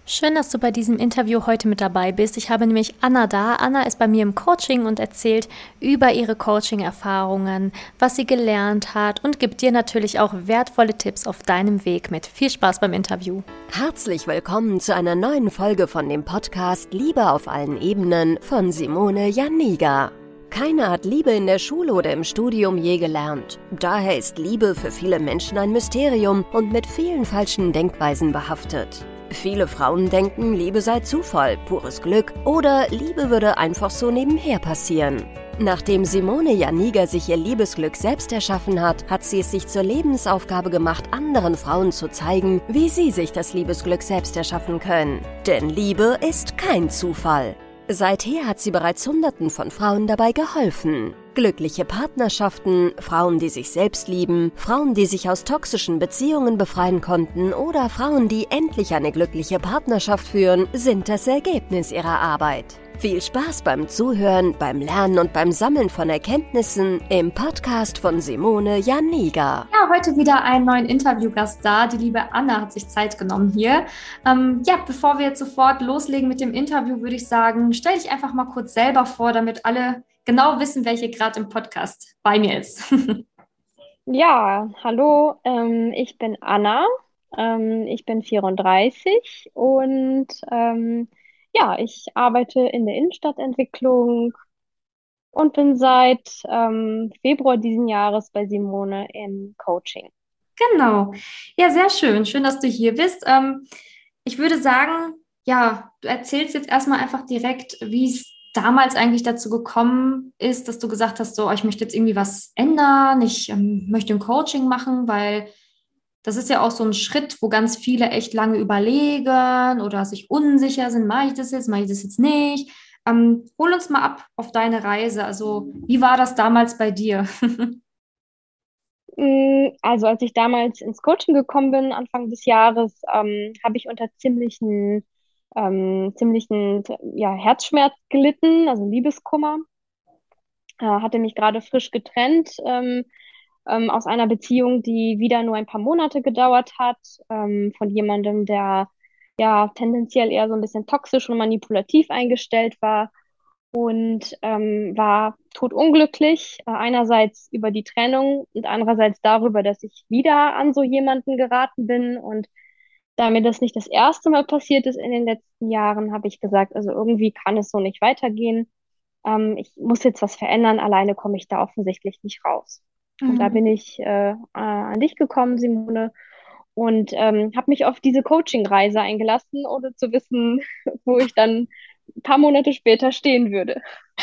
Schön, dass du bei diesem Interview heute mit dabei bist. Ich habe nämlich Anna da. Anna ist bei mir im Coaching und erzählt über ihre Coaching-Erfahrungen, was sie gelernt hat und gibt dir natürlich auch wertvolle Tipps auf deinem Weg mit. Viel Spaß beim Interview. Herzlich willkommen zu einer neuen Folge von dem Podcast Liebe auf allen Ebenen von Simone Janiga. Keiner hat Liebe in der Schule oder im Studium je gelernt. Daher ist Liebe für viele Menschen ein Mysterium und mit vielen falschen Denkweisen behaftet. Viele Frauen denken, Liebe sei Zufall, pures Glück oder Liebe würde einfach so nebenher passieren. Nachdem Simone Janiga sich ihr Liebesglück selbst erschaffen hat, hat sie es sich zur Lebensaufgabe gemacht, anderen Frauen zu zeigen, wie sie sich das Liebesglück selbst erschaffen können. Denn Liebe ist kein Zufall. Seither hat sie bereits Hunderten von Frauen dabei geholfen. Glückliche Partnerschaften, Frauen, die sich selbst lieben, Frauen, die sich aus toxischen Beziehungen befreien konnten oder Frauen, die endlich eine glückliche Partnerschaft führen, sind das Ergebnis ihrer Arbeit. Viel Spaß beim Zuhören, beim Lernen und beim Sammeln von Erkenntnissen im Podcast von Simone Janiga. Ja, heute wieder einen neuen Interviewgast da. Die liebe Anna hat sich Zeit genommen hier. Bevor wir jetzt sofort loslegen mit dem Interview, würde ich sagen, stell dich einfach mal kurz selber vor, damit alle genau wissen, welche gerade im Podcast bei mir ist. Ja, hallo, ich bin Anna, ich bin 34 und ja, ich arbeite in der Innenstadtentwicklung und bin seit Februar diesen Jahres bei Simone im Coaching. Genau. Ja, sehr schön. Schön, dass du hier bist. Ich würde sagen, ja, du erzählst jetzt erstmal einfach direkt, wie es damals eigentlich dazu gekommen ist, dass du gesagt hast, so, oh, ich möchte jetzt irgendwie was ändern, ich möchte ein Coaching machen, weil das ist ja auch so ein Schritt, wo ganz viele echt lange überlegen oder sich unsicher sind, mache ich das jetzt nicht? Hol uns mal ab auf deine Reise. Also, wie war das damals bei dir? Also als ich damals ins Coaching gekommen bin, Anfang des Jahres, habe ich unter ziemlichen ja, Herzschmerz gelitten, also Liebeskummer. Hatte mich gerade frisch getrennt aus einer Beziehung, die wieder nur ein paar Monate gedauert hat, von jemandem, der ja tendenziell eher so ein bisschen toxisch und manipulativ eingestellt war und war totunglücklich. Einerseits über die Trennung und andererseits darüber, dass ich wieder an so jemanden geraten bin. Und da mir das nicht das erste Mal passiert ist in den letzten Jahren, habe ich gesagt, also irgendwie kann es so nicht weitergehen. Ich muss jetzt was verändern, alleine komme ich da offensichtlich nicht raus. Und da Mhm. bin ich an dich gekommen, Simone, und habe mich auf diese Coaching-Reise eingelassen, ohne zu wissen, wo ich dann ein paar Monate später stehen würde.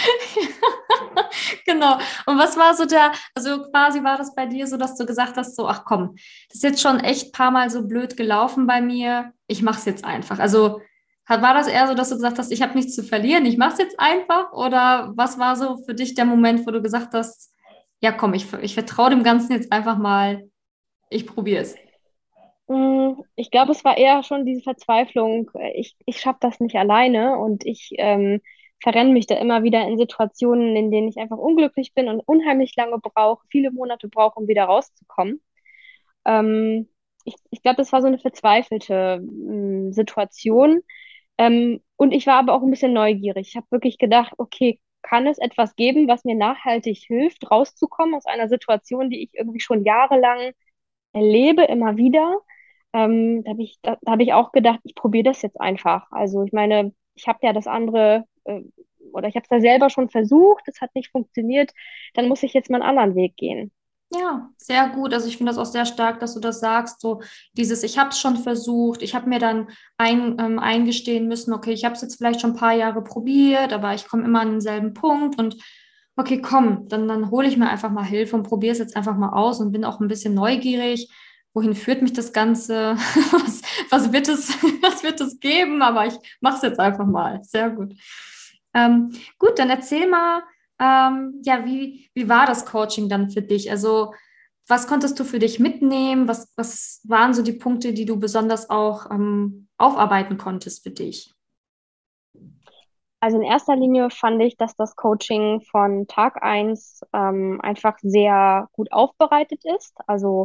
Genau. Und was war so also quasi war das bei dir so, dass du gesagt hast, so, ach komm, das ist jetzt schon echt ein paar Mal so blöd gelaufen bei mir, ich mach's jetzt einfach. Also war das eher so, dass du gesagt hast, ich habe nichts zu verlieren, ich mach's jetzt einfach? Oder was war so für dich der Moment, wo du gesagt hast, ja komm, ich vertraue dem Ganzen jetzt einfach mal, ich probiere es. Ich glaube, es war eher schon diese Verzweiflung, ich schaffe das nicht alleine und ich verrenne mich da immer wieder in Situationen, in denen ich einfach unglücklich bin und unheimlich lange brauche, viele Monate brauche, um wieder rauszukommen. Ähm, ich glaube, das war so eine verzweifelte Situation. Und ich war aber auch ein bisschen neugierig. Ich habe wirklich gedacht, okay, kann es etwas geben, was mir nachhaltig hilft, rauszukommen aus einer Situation, die ich irgendwie schon jahrelang erlebe, immer wieder? Da hab ich auch gedacht, ich probiere das jetzt einfach. Also ich meine, ich habe ja das andere oder ich habe es da selber schon versucht, es hat nicht funktioniert, dann muss ich jetzt mal einen anderen Weg gehen. Ja, sehr gut. Also ich finde das auch sehr stark, dass du das sagst. So dieses, ich habe es schon versucht, ich habe mir dann eingestehen müssen, okay, ich habe es jetzt vielleicht schon ein paar Jahre probiert, aber ich komme immer an denselben Punkt und okay, komm, dann hole ich mir einfach mal Hilfe und probiere es jetzt einfach mal aus und bin auch ein bisschen neugierig. Wohin führt mich das Ganze? Was wird es, was wird es geben? Aber ich mache es jetzt einfach mal. Sehr gut. Gut, dann erzähl mal. Ja, wie war das Coaching dann für dich? Also, was konntest du für dich mitnehmen? Was waren so die Punkte, die du besonders auch aufarbeiten konntest für dich? Also in erster Linie fand ich, dass das Coaching von Tag eins einfach sehr gut aufbereitet ist. Also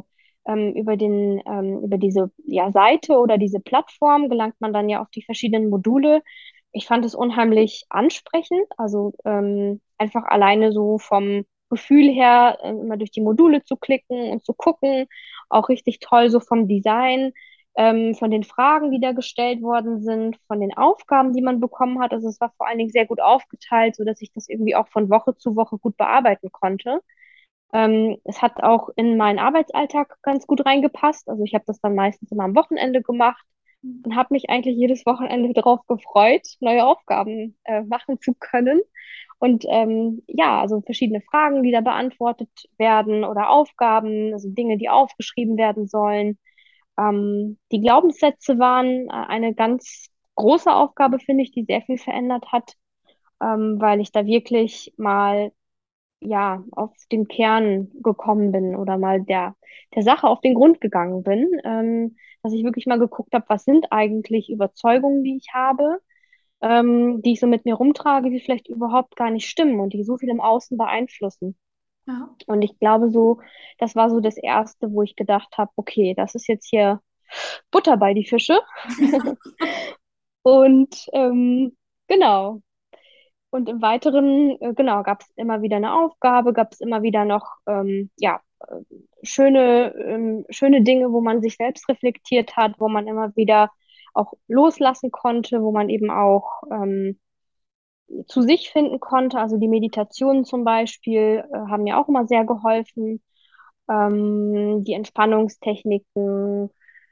über diese ja, Seite oder diese Plattform gelangt man dann ja auf die verschiedenen Module. Ich fand es unheimlich ansprechend, also einfach alleine so vom Gefühl her, immer durch die Module zu klicken und zu gucken, auch richtig toll so vom Design, von den Fragen, die da gestellt worden sind, von den Aufgaben, die man bekommen hat. Also es war vor allen Dingen sehr gut aufgeteilt, so dass ich das irgendwie auch von Woche zu Woche gut bearbeiten konnte. Es hat auch in meinen Arbeitsalltag ganz gut reingepasst. Also ich habe das dann meistens immer am Wochenende gemacht und habe mich eigentlich jedes Wochenende darauf gefreut, neue Aufgaben machen zu können. Und ja, also verschiedene Fragen, die da beantwortet werden oder Aufgaben, also Dinge, die aufgeschrieben werden sollen. Die Glaubenssätze waren eine ganz große Aufgabe, finde ich, die sehr viel verändert hat, weil ich da wirklich mal ja auf den Kern gekommen bin oder mal der Sache auf den Grund gegangen bin, dass ich wirklich mal geguckt habe, was sind eigentlich Überzeugungen, die ich habe, die ich so mit mir rumtrage, die vielleicht überhaupt gar nicht stimmen und die so viel im Außen beeinflussen. Ja. Und ich glaube so, das war so das Erste, wo ich gedacht habe, okay, das ist jetzt hier Butter bei die Fische. Und genau. Und im Weiteren, genau, gab es immer wieder eine Aufgabe, gab es immer wieder noch, ja, schöne Dinge, wo man sich selbst reflektiert hat, wo man immer wieder auch loslassen konnte, wo man eben auch zu sich finden konnte. Also die Meditationen zum Beispiel haben mir auch immer sehr geholfen. Die Entspannungstechniken,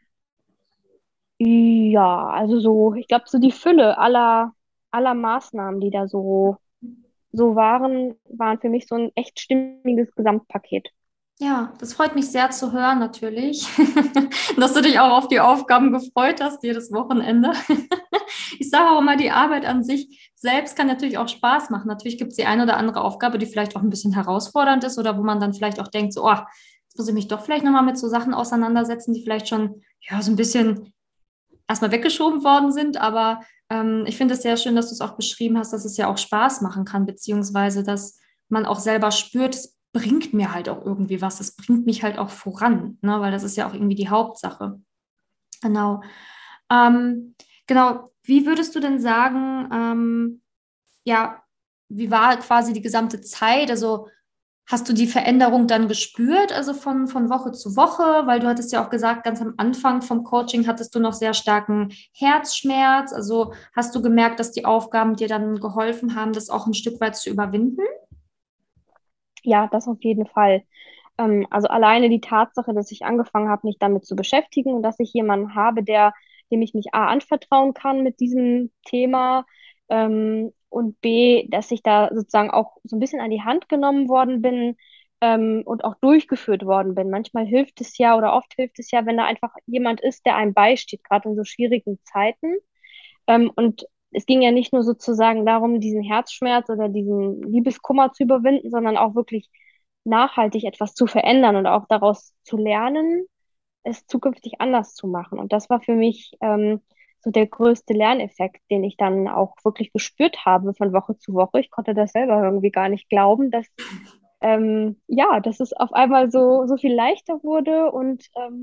ja, also so, ich glaube, so die Fülle aller Maßnahmen, die da so waren für mich so ein echt stimmiges Gesamtpaket. Ja, das freut mich sehr zu hören, natürlich, dass du dich auch auf die Aufgaben gefreut hast, jedes Wochenende. Ich sage auch immer, die Arbeit an sich selbst kann natürlich auch Spaß machen. Natürlich gibt es die eine oder andere Aufgabe, die vielleicht auch ein bisschen herausfordernd ist oder wo man dann vielleicht auch denkt, so, oh, jetzt muss ich mich doch vielleicht nochmal mit so Sachen auseinandersetzen, die vielleicht schon, ja, so ein bisschen erstmal weggeschoben worden sind. Aber ich finde es sehr schön, dass du es auch beschrieben hast, dass es ja auch Spaß machen kann, beziehungsweise dass man auch selber spürt, es bringt mir halt auch irgendwie was. Es bringt mich halt auch voran, ne? Weil das ist ja auch irgendwie die Hauptsache. Genau. Ähm, genau. Wie würdest du denn sagen, ja, wie war quasi die gesamte Zeit? Also hast du die Veränderung dann gespürt, also von Woche zu Woche? Weil du hattest ja auch gesagt, ganz am Anfang vom Coaching hattest du noch sehr starken Herzschmerz. Also hast du gemerkt, dass die Aufgaben dir dann geholfen haben, das auch ein Stück weit zu überwinden? Ja, das auf jeden Fall. Also alleine die Tatsache, dass ich angefangen habe, mich damit zu beschäftigen und dass ich jemanden habe, dem ich mich A anvertrauen kann mit diesem Thema, und B, dass ich da sozusagen auch so ein bisschen an die Hand genommen worden bin, und auch durchgeführt worden bin. Manchmal hilft es ja oder oft hilft es ja, wenn da einfach jemand ist, der einem beisteht, gerade in so schwierigen Zeiten. Und es ging ja nicht nur sozusagen darum, diesen Herzschmerz oder diesen Liebeskummer zu überwinden, sondern auch wirklich nachhaltig etwas zu verändern und auch daraus zu lernen, es zukünftig anders zu machen. Und das war für mich so der größte Lerneffekt, den ich dann auch wirklich gespürt habe von Woche zu Woche. Ich konnte das selber irgendwie gar nicht glauben, dass ja, dass es auf einmal so viel leichter wurde und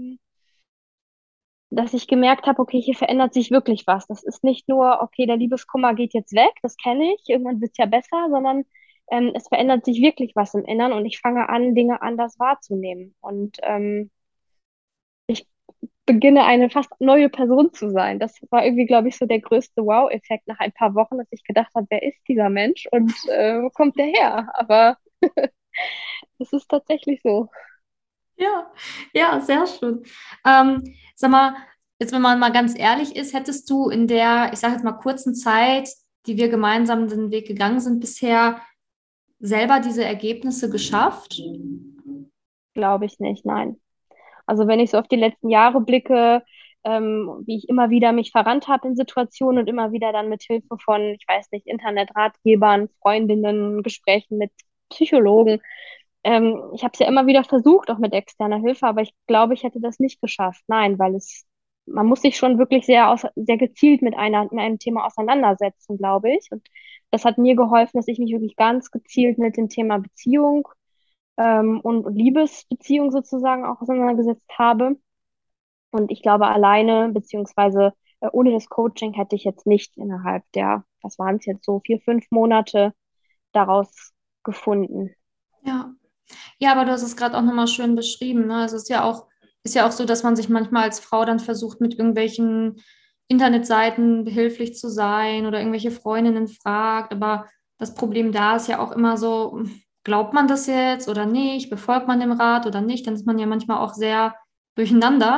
dass ich gemerkt habe, okay, hier verändert sich wirklich was. Das ist nicht nur, okay, der Liebeskummer geht jetzt weg, das kenne ich, irgendwann wird es ja besser, sondern es verändert sich wirklich was im Innern und ich fange an, Dinge anders wahrzunehmen. Und ich beginne eine fast neue Person zu sein. Das war irgendwie, glaube ich, so der größte Wow-Effekt nach ein paar Wochen, dass ich gedacht habe, wer ist dieser Mensch und wo kommt der her? Aber es ist tatsächlich so. Ja, ja, sehr schön. Sag mal, jetzt wenn man mal ganz ehrlich ist, hättest du in der, ich sage jetzt mal, kurzen Zeit, die wir gemeinsam den Weg gegangen sind bisher, selber diese Ergebnisse geschafft? Glaube ich nicht, nein. Also wenn ich so auf die letzten Jahre blicke, wie ich immer wieder mich verrannt habe in Situationen und immer wieder dann mit Hilfe von, ich weiß nicht, Internetratgebern, Freundinnen, Gesprächen mit Psychologen. Ich habe es ja immer wieder versucht, auch mit externer Hilfe, aber ich glaube, ich hätte das nicht geschafft. Nein, weil man muss sich schon wirklich sehr gezielt mit einem Thema auseinandersetzen, glaube ich. Und das hat mir geholfen, dass ich mich wirklich ganz gezielt mit dem Thema Beziehung und Liebesbeziehung sozusagen auch auseinandergesetzt habe. Und ich glaube, alleine, beziehungsweise ohne das Coaching hätte ich jetzt nicht innerhalb der, was waren es jetzt so, 4, 5 Monate daraus gefunden. Ja. Ja, aber du hast es gerade auch nochmal schön beschrieben, ne? Es ist ja auch so, dass man sich manchmal als Frau dann versucht, mit irgendwelchen Internetseiten behilflich zu sein oder irgendwelche Freundinnen fragt. Aber das Problem da ist ja auch immer so, glaubt man das jetzt oder nicht? Befolgt man dem Rat oder nicht? Dann ist man ja manchmal auch sehr durcheinander.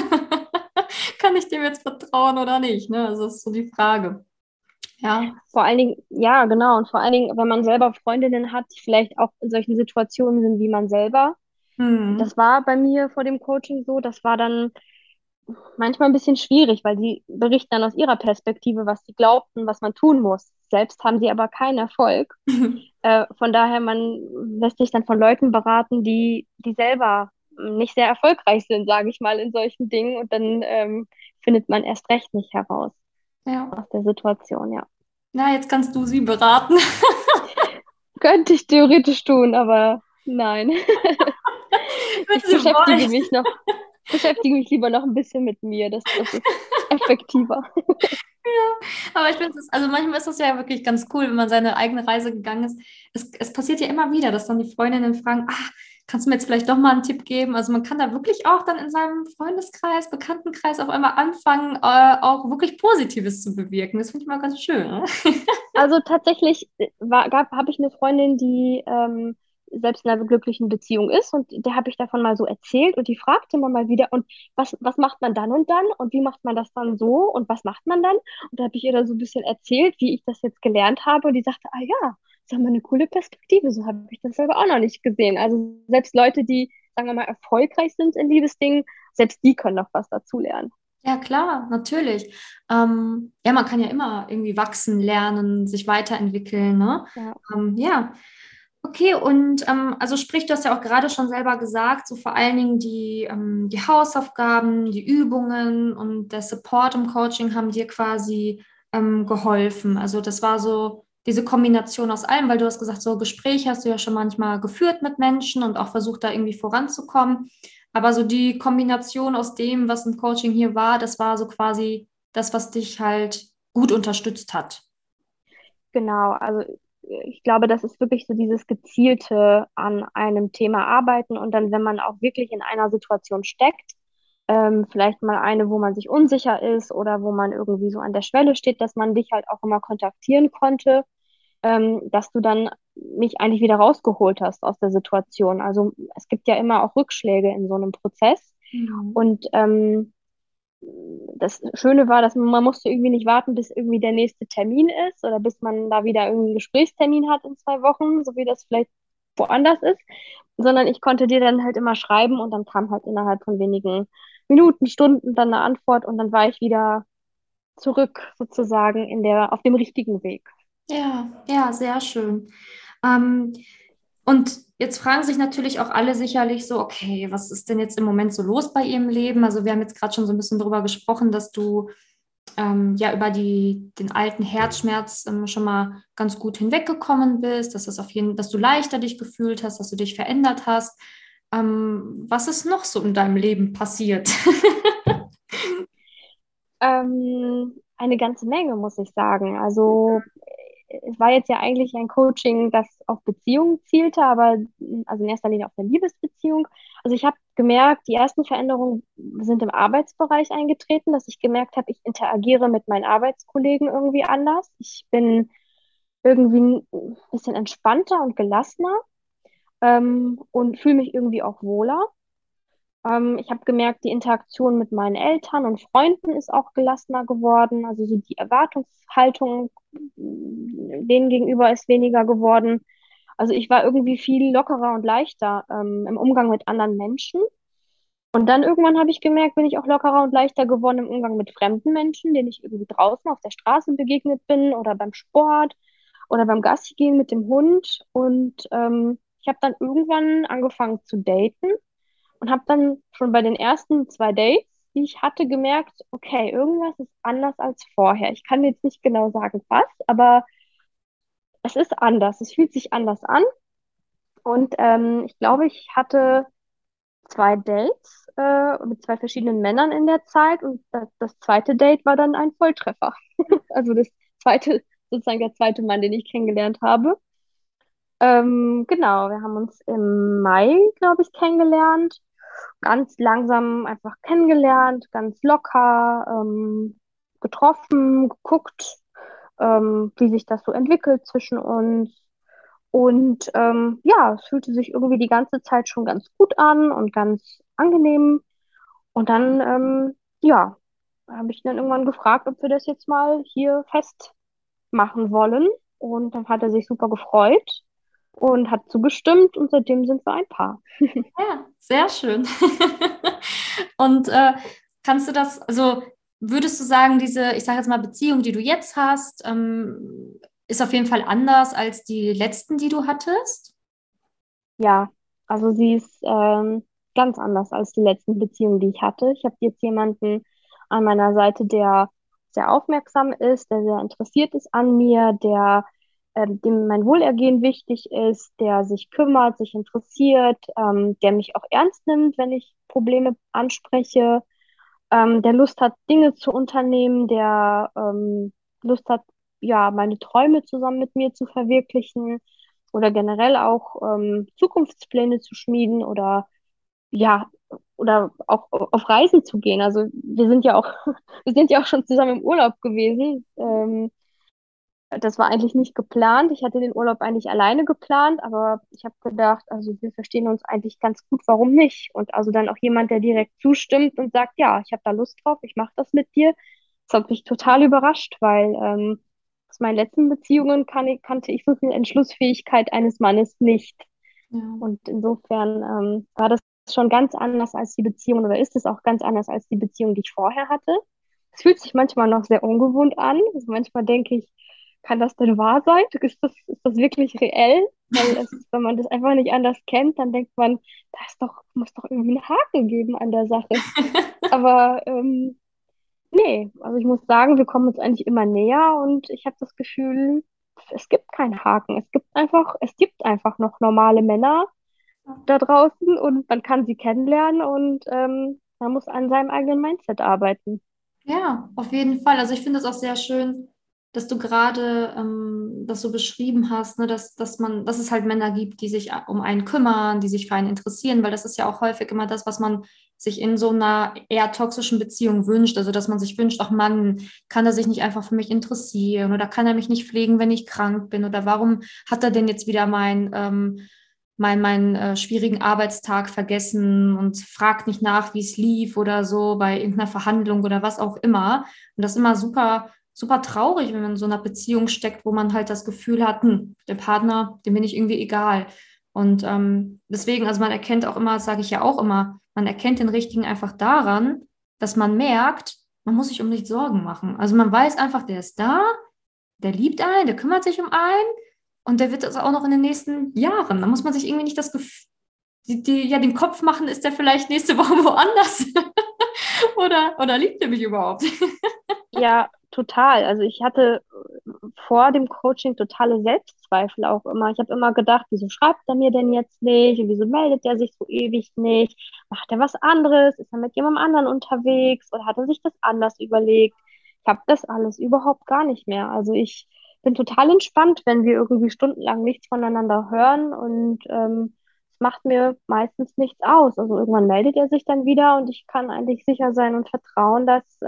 Kann ich dem jetzt vertrauen oder nicht? Ne? Also das ist so die Frage. Ja. Vor allen Dingen, ja, genau. Und vor allen Dingen, wenn man selber Freundinnen hat, die vielleicht auch in solchen Situationen sind wie man selber. Hm. Das war bei mir vor dem Coaching so. Das war dann manchmal ein bisschen schwierig, weil die berichten dann aus ihrer Perspektive, was sie glaubten, was man tun muss. Selbst haben sie aber keinen Erfolg. Von daher, man lässt sich dann von Leuten beraten, die selber nicht sehr erfolgreich sind, sage ich mal, in solchen Dingen. Und dann findet man erst recht nicht heraus Ja. aus der Situation, ja. Na, jetzt kannst du sie beraten. Könnte ich theoretisch tun, aber nein. Wenn Ich sie wollen. beschäftige mich lieber noch ein bisschen mit mir. Das ist effektiver. Aber ich finde es, also manchmal ist das ja wirklich ganz cool, wenn man seine eigene Reise gegangen ist. Es passiert ja immer wieder, dass dann die Freundinnen fragen, kannst du mir jetzt vielleicht doch mal einen Tipp geben? Also man kann da wirklich auch dann in seinem Freundeskreis, Bekanntenkreis auf einmal anfangen, auch wirklich Positives zu bewirken. Das finde ich mal ganz schön. Ne? Also tatsächlich habe ich eine Freundin, die selbst in einer glücklichen Beziehung ist und der habe ich davon mal so erzählt und die fragte immer mal wieder, und was macht man dann und dann und wie macht man das dann so und was macht man dann? Und da habe ich ihr da so ein bisschen erzählt, wie ich das jetzt gelernt habe und die sagte, ah ja, das ist mal eine coole Perspektive, so habe ich das selber auch noch nicht gesehen. Also selbst Leute, die, sagen wir mal, erfolgreich sind in Liebesdingen, selbst die können noch was dazulernen. Ja, klar, natürlich. Ja, man kann ja immer irgendwie wachsen, lernen, sich weiterentwickeln, ne? Ja. Ja. Okay, und also sprich, du hast ja auch gerade schon selber gesagt, so vor allen Dingen die Hausaufgaben, die Übungen und der Support im Coaching haben dir quasi geholfen. Also das war so diese Kombination aus allem, weil du hast gesagt, so Gespräche hast du ja schon manchmal geführt mit Menschen und auch versucht, da irgendwie voranzukommen. Aber so die Kombination aus dem, was im Coaching hier war, das war so quasi das, was dich halt gut unterstützt hat. Genau, also ich glaube, das ist wirklich so dieses gezielte an einem Thema arbeiten und dann, wenn man auch wirklich in einer Situation steckt, vielleicht mal eine, wo man sich unsicher ist oder wo man irgendwie so an der Schwelle steht, dass man dich halt auch immer kontaktieren konnte, dass du dann mich eigentlich wieder rausgeholt hast aus der Situation. Also es gibt ja immer auch Rückschläge in so einem Prozess Mhm. und das Schöne war, dass man musste irgendwie nicht warten, bis irgendwie der nächste Termin ist oder bis man da wieder irgendwie einen Gesprächstermin hat in 2 Wochen, so wie das vielleicht woanders ist, sondern ich konnte dir dann halt immer schreiben und dann kam halt innerhalb von wenigen Minuten, Stunden dann eine Antwort und dann war ich wieder zurück sozusagen auf dem richtigen Weg. Ja, ja, sehr schön. Ähm, und jetzt fragen sich natürlich auch alle sicherlich so, okay, was ist denn jetzt im Moment so los bei ihrem Leben? Also wir haben jetzt gerade schon so ein bisschen darüber gesprochen, dass du ja über den alten Herzschmerz schon mal ganz gut hinweggekommen bist, dass du leichter dich gefühlt hast, dass du dich verändert hast. Was ist noch so in deinem Leben passiert? Eine ganze Menge, muss ich sagen. Also es war jetzt ja eigentlich ein Coaching, das auf Beziehungen zielte, aber also in erster Linie auf eine Liebesbeziehung. Also ich habe gemerkt, die ersten Veränderungen sind im Arbeitsbereich eingetreten, dass ich gemerkt habe, ich interagiere mit meinen Arbeitskollegen irgendwie anders. Ich bin irgendwie ein bisschen entspannter und gelassener und fühle mich irgendwie auch wohler. Ich habe gemerkt, die Interaktion mit meinen Eltern und Freunden ist auch gelassener geworden. Also so die Erwartungshaltung denen gegenüber ist weniger geworden. Also ich war irgendwie viel lockerer und leichter im Umgang mit anderen Menschen. Und dann irgendwann habe ich gemerkt, bin ich auch lockerer und leichter geworden im Umgang mit fremden Menschen, denen ich irgendwie draußen auf der Straße begegnet bin oder beim Sport oder beim Gassi gehen mit dem Hund. Und ich habe dann irgendwann angefangen zu daten und habe dann schon bei den ersten 2 Dates, die ich hatte, gemerkt, okay, irgendwas ist anders als vorher. Ich kann jetzt nicht genau sagen, was, aber es ist anders. Es fühlt sich anders an. Und ich glaube, ich hatte 2 Dates mit 2 verschiedenen Männern in der Zeit und das zweite Date war dann ein Volltreffer. Also das zweite, sozusagen der zweite Mann, den ich kennengelernt habe. Genau, wir haben uns im Mai, glaube ich, kennengelernt. Ganz langsam einfach kennengelernt, ganz locker, getroffen, geguckt, wie sich das so entwickelt zwischen uns. Und ja, es fühlte sich irgendwie die ganze Zeit schon ganz gut an und ganz angenehm. Und dann, ja, habe ich ihn dann irgendwann gefragt, ob wir das jetzt mal hier festmachen wollen. Und dann hat er sich super gefreut und hat zugestimmt und seitdem sind wir ein Paar. Ja, sehr schön. Und kannst du das, also würdest du sagen, diese, ich sage jetzt mal, Beziehung, die du jetzt hast, ist auf jeden Fall anders als die letzten, die du hattest? Ja, also sie ist ganz anders als die letzten Beziehungen, die ich hatte. Ich habe jetzt jemanden an meiner Seite, der sehr aufmerksam ist, der sehr interessiert ist an mir, der dem mein Wohlergehen wichtig ist, der sich kümmert, sich interessiert, der mich auch ernst nimmt, wenn ich Probleme anspreche, der Lust hat, Dinge zu unternehmen, der Lust hat, ja, meine Träume zusammen mit mir zu verwirklichen oder generell auch Zukunftspläne zu schmieden oder ja, oder auch auf Reisen zu gehen. Also wir sind ja auch, wir sind ja auch schon zusammen im Urlaub gewesen. Das war eigentlich nicht geplant. Ich hatte den Urlaub eigentlich alleine geplant, aber ich habe gedacht, also wir verstehen uns eigentlich ganz gut, warum nicht? Und also dann auch jemand, der direkt zustimmt und sagt, ja, ich habe da Lust drauf, ich mache das mit dir. Das hat mich total überrascht, weil aus meinen letzten Beziehungen kannte ich so viel Entschlussfähigkeit eines Mannes nicht. Ja. Und insofern war das schon ganz anders als die Beziehung oder ist es auch ganz anders als die Beziehung, die ich vorher hatte. Es fühlt sich manchmal noch sehr ungewohnt an. Also manchmal denke ich, kann das denn wahr sein? Ist das wirklich reell? Weil es, wenn man das einfach nicht anders kennt, dann denkt man, muss doch irgendwie einen Haken geben an der Sache. Aber nee, also ich muss sagen, wir kommen uns eigentlich immer näher und ich habe das Gefühl, es gibt keinen Haken. Es gibt einfach noch normale Männer da draußen und man kann sie kennenlernen und man muss an seinem eigenen Mindset arbeiten. Ja, auf jeden Fall. Also ich finde es auch sehr schön, dass du gerade das so beschrieben hast, ne, dass es halt Männer gibt, die sich um einen kümmern, die sich für einen interessieren, weil das ist ja auch häufig immer das, was man sich in so einer eher toxischen Beziehung wünscht. Also dass man sich wünscht, ach Mann, kann er sich nicht einfach für mich interessieren oder kann er mich nicht pflegen, wenn ich krank bin oder warum hat er denn jetzt wieder meinen schwierigen Arbeitstag vergessen und fragt nicht nach, wie es lief oder so bei irgendeiner Verhandlung oder was auch immer. Und das ist immer super, super traurig, wenn man in so einer Beziehung steckt, wo man halt das Gefühl hat, der Partner, dem bin ich irgendwie egal. Und deswegen, also man erkennt auch immer, das sage ich ja auch immer, man erkennt den Richtigen einfach daran, dass man merkt, man muss sich um nichts Sorgen machen. Also man weiß einfach, der ist da, der liebt einen, der kümmert sich um einen und der wird das auch noch in den nächsten Jahren. Da muss man sich irgendwie nicht das Gefühl, ja, den Kopf machen, ist der vielleicht nächste Woche woanders? Oder liebt er mich überhaupt? Ja, total. Also ich hatte vor dem Coaching totale Selbstzweifel auch immer. Ich habe immer gedacht, wieso schreibt er mir denn jetzt nicht? Und wieso meldet er sich so ewig nicht? Macht er was anderes? Ist er mit jemandem anderen unterwegs? Oder hat er sich das anders überlegt? Ich habe das alles überhaupt gar nicht mehr. Also ich bin total entspannt, wenn wir irgendwie stundenlang nichts voneinander hören und es macht mir meistens nichts aus. Also irgendwann meldet er sich dann wieder und ich kann eigentlich sicher sein und vertrauen,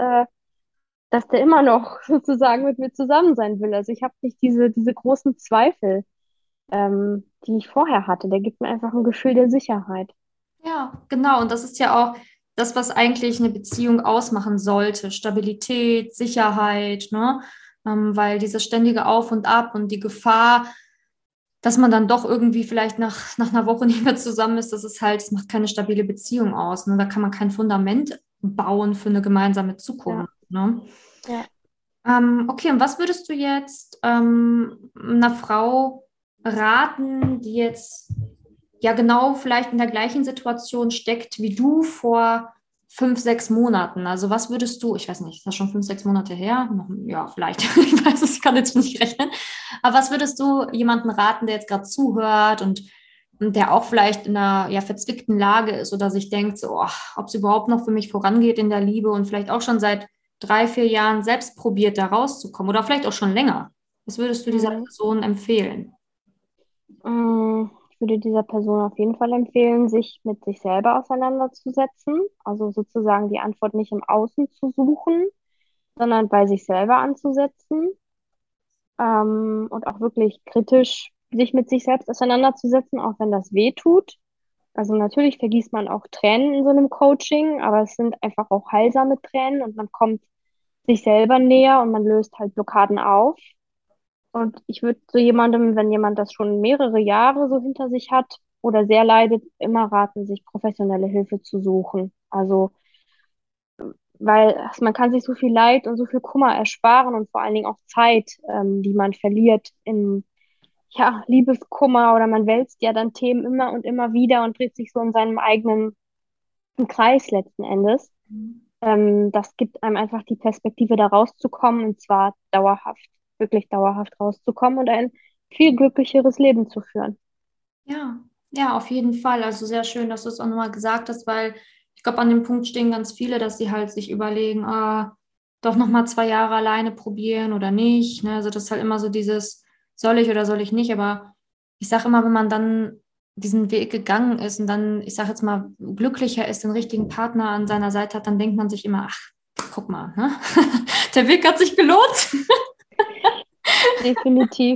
dass der immer noch sozusagen mit mir zusammen sein will. Also ich habe nicht diese großen Zweifel, die ich vorher hatte. Der gibt mir einfach ein Gefühl der Sicherheit. Ja, genau. Und das ist ja auch das, was eigentlich eine Beziehung ausmachen sollte. Stabilität, Sicherheit, ne? Weil dieses ständige Auf und Ab und die Gefahr, dass man dann doch irgendwie vielleicht nach einer Woche nicht mehr zusammen ist, das macht keine stabile Beziehung aus. Ne? Da kann man kein Fundament bauen für eine gemeinsame Ja, Zukunft. Ne? ja. Okay, und was würdest du jetzt einer Frau raten, die jetzt ja genau vielleicht in der gleichen Situation steckt wie du vor 5, 6 Monaten? Also was würdest du, ich weiß nicht, ist das schon 5, 6 Monate her? Noch, ja, vielleicht, ich weiß es, ich kann jetzt nicht rechnen. Aber was würdest du jemandem raten, der jetzt gerade zuhört und der auch vielleicht in einer verzwickten Lage ist oder sich denkt, so, ob es überhaupt noch für mich vorangeht in der Liebe und vielleicht auch schon seit 3, 4 Jahren selbst probiert, da rauszukommen oder vielleicht auch schon länger. Was würdest du dieser Person empfehlen? Ich würde dieser Person auf jeden Fall empfehlen, sich mit sich selber auseinanderzusetzen. Also sozusagen die Antwort nicht im Außen zu suchen, sondern bei sich selber anzusetzen. Und auch wirklich kritisch sich mit sich selbst auseinanderzusetzen, auch wenn das weh tut. Also natürlich vergießt man auch Tränen in so einem Coaching, aber es sind einfach auch heilsame Tränen und man kommt sich selber näher und man löst halt Blockaden auf. Und ich würde so jemandem, wenn jemand das schon mehrere Jahre so hinter sich hat oder sehr leidet, immer raten, sich professionelle Hilfe zu suchen. Also, weil man kann sich so viel Leid und so viel Kummer ersparen und vor allen Dingen auch Zeit, die man verliert in Liebeskummer, oder man wälzt ja dann Themen immer und immer wieder und dreht sich so in seinem eigenen Kreis letzten Endes. Das gibt einem einfach die Perspektive, da rauszukommen, und zwar dauerhaft, wirklich dauerhaft rauszukommen und ein viel glücklicheres Leben zu führen. Ja, ja, auf jeden Fall. Also sehr schön, dass du es auch nochmal gesagt hast, weil ich glaube, an dem Punkt stehen ganz viele, dass sie halt sich überlegen, doch nochmal 2 Jahre alleine probieren oder nicht. Ne? Also das ist halt immer so dieses, soll ich oder soll ich nicht? Aber ich sage immer, wenn man dann diesen Weg gegangen ist und dann, ich sage jetzt mal, glücklicher ist, den richtigen Partner an seiner Seite hat, dann denkt man sich immer, ach, guck mal, ne? Der Weg hat sich gelohnt. Definitiv.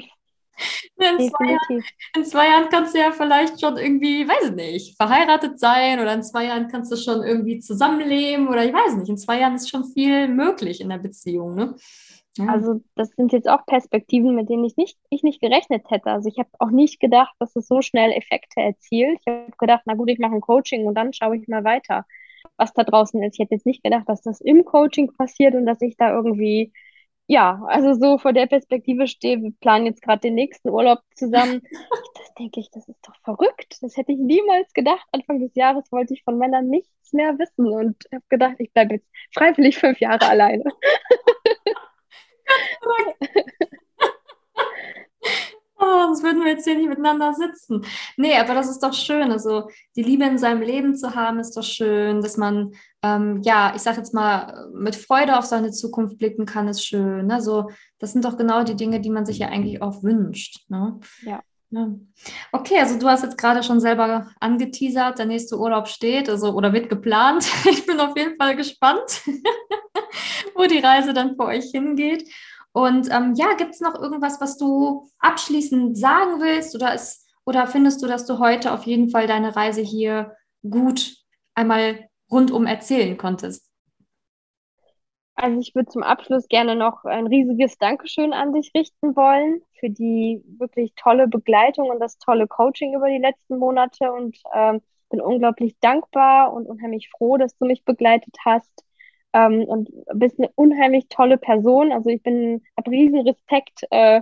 In 2 Jahren kannst du ja vielleicht schon irgendwie, weiß ich nicht, verheiratet sein, oder in 2 Jahren kannst du schon irgendwie zusammenleben oder ich weiß nicht. In 2 Jahren ist schon viel möglich in der Beziehung, ne? Ja. Also das sind jetzt auch Perspektiven, mit denen ich nicht gerechnet hätte. Also ich habe auch nicht gedacht, dass es so schnell Effekte erzielt. Ich habe gedacht, na gut, ich mache ein Coaching und dann schaue ich mal weiter, was da draußen ist. Ich hätte jetzt nicht gedacht, dass das im Coaching passiert und dass ich da irgendwie, also so vor der Perspektive stehe. Wir planen jetzt gerade den nächsten Urlaub zusammen. Das denke ich, das ist doch verrückt. Das hätte ich niemals gedacht. Anfang des Jahres wollte ich von Männern nichts mehr wissen und habe gedacht, ich bleibe jetzt freiwillig 5 Jahre alleine. Sonst würden wir jetzt hier nicht miteinander sitzen. Nee, aber das ist doch schön. Also die Liebe in seinem Leben zu haben, ist doch schön. Dass man, ich sag jetzt mal, mit Freude auf seine Zukunft blicken kann, ist schön. Also das sind doch genau die Dinge, die man sich ja eigentlich auch wünscht. Ne? Ja. Ja. Okay, also du hast jetzt gerade schon selber angeteasert, der nächste Urlaub steht, also oder wird geplant. Ich bin auf jeden Fall gespannt, wo die Reise dann für euch hingeht. Und gibt es noch irgendwas, was du abschließend sagen willst, oder findest du, dass du heute auf jeden Fall deine Reise hier gut einmal rundum erzählen konntest? Also ich würde zum Abschluss gerne noch ein riesiges Dankeschön an dich richten wollen für die wirklich tolle Begleitung und das tolle Coaching über die letzten Monate, und bin unglaublich dankbar und unheimlich froh, dass du mich begleitet hast, und bist eine unheimlich tolle Person. Also ich habe riesen Respekt,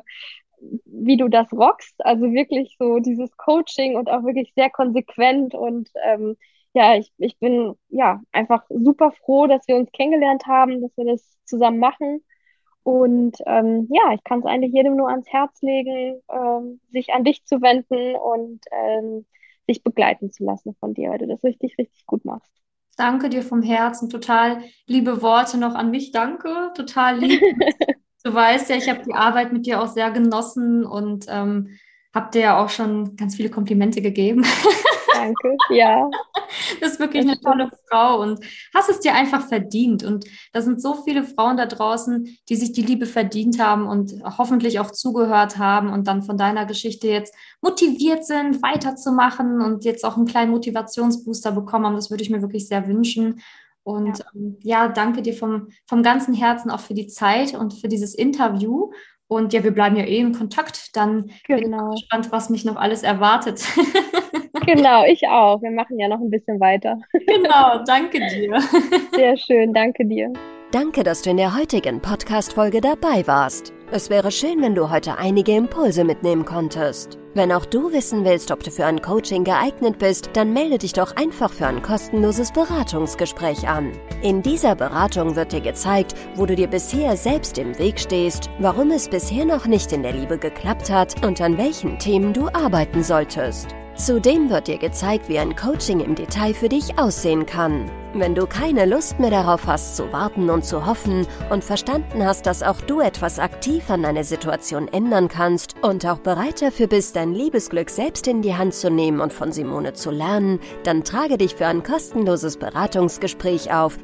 wie du das rockst. Also wirklich so dieses Coaching und auch wirklich sehr konsequent, und ich bin einfach super froh, dass wir uns kennengelernt haben, dass wir das zusammen machen. Und ich kann es eigentlich jedem nur ans Herz legen, sich an dich zu wenden und sich begleiten zu lassen von dir, weil du das richtig, richtig gut machst. Danke dir vom Herzen, total liebe Worte noch an mich, danke, total lieb. Du weißt ja, ich habe die Arbeit mit dir auch sehr genossen und habe dir ja auch schon ganz viele Komplimente gegeben. Danke, ja. Du bist wirklich eine tolle Frau und hast es dir einfach verdient. Und da sind so viele Frauen da draußen, die sich die Liebe verdient haben und hoffentlich auch zugehört haben und dann von deiner Geschichte jetzt motiviert sind, weiterzumachen und jetzt auch einen kleinen Motivationsbooster bekommen haben. Das würde ich mir wirklich sehr wünschen. Und danke dir vom ganzen Herzen auch für die Zeit und für dieses Interview. Und ja, wir bleiben ja in Kontakt. Dann bin ich gespannt, was mich noch alles erwartet. Genau, ich auch. Wir machen ja noch ein bisschen weiter. Genau, danke dir. Sehr schön, danke dir. Danke, dass du in der heutigen Podcast-Folge dabei warst. Es wäre schön, wenn du heute einige Impulse mitnehmen konntest. Wenn auch du wissen willst, ob du für ein Coaching geeignet bist, dann melde dich doch einfach für ein kostenloses Beratungsgespräch an. In dieser Beratung wird dir gezeigt, wo du dir bisher selbst im Weg stehst, warum es bisher noch nicht in der Liebe geklappt hat und an welchen Themen du arbeiten solltest. Zudem wird dir gezeigt, wie ein Coaching im Detail für dich aussehen kann. Wenn du keine Lust mehr darauf hast, zu warten und zu hoffen und verstanden hast, dass auch du etwas aktiv an deiner Situation ändern kannst und auch bereit dafür bist, dein Liebesglück selbst in die Hand zu nehmen und von Simone zu lernen, dann trage dich für ein kostenloses Beratungsgespräch auf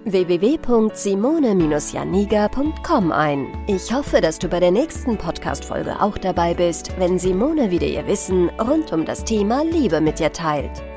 www.simone-janiga.com ein. Ich hoffe, dass du bei der nächsten Podcast-Folge auch dabei bist, wenn Simone wieder ihr Wissen rund um das Thema Liebe mit dir teilt.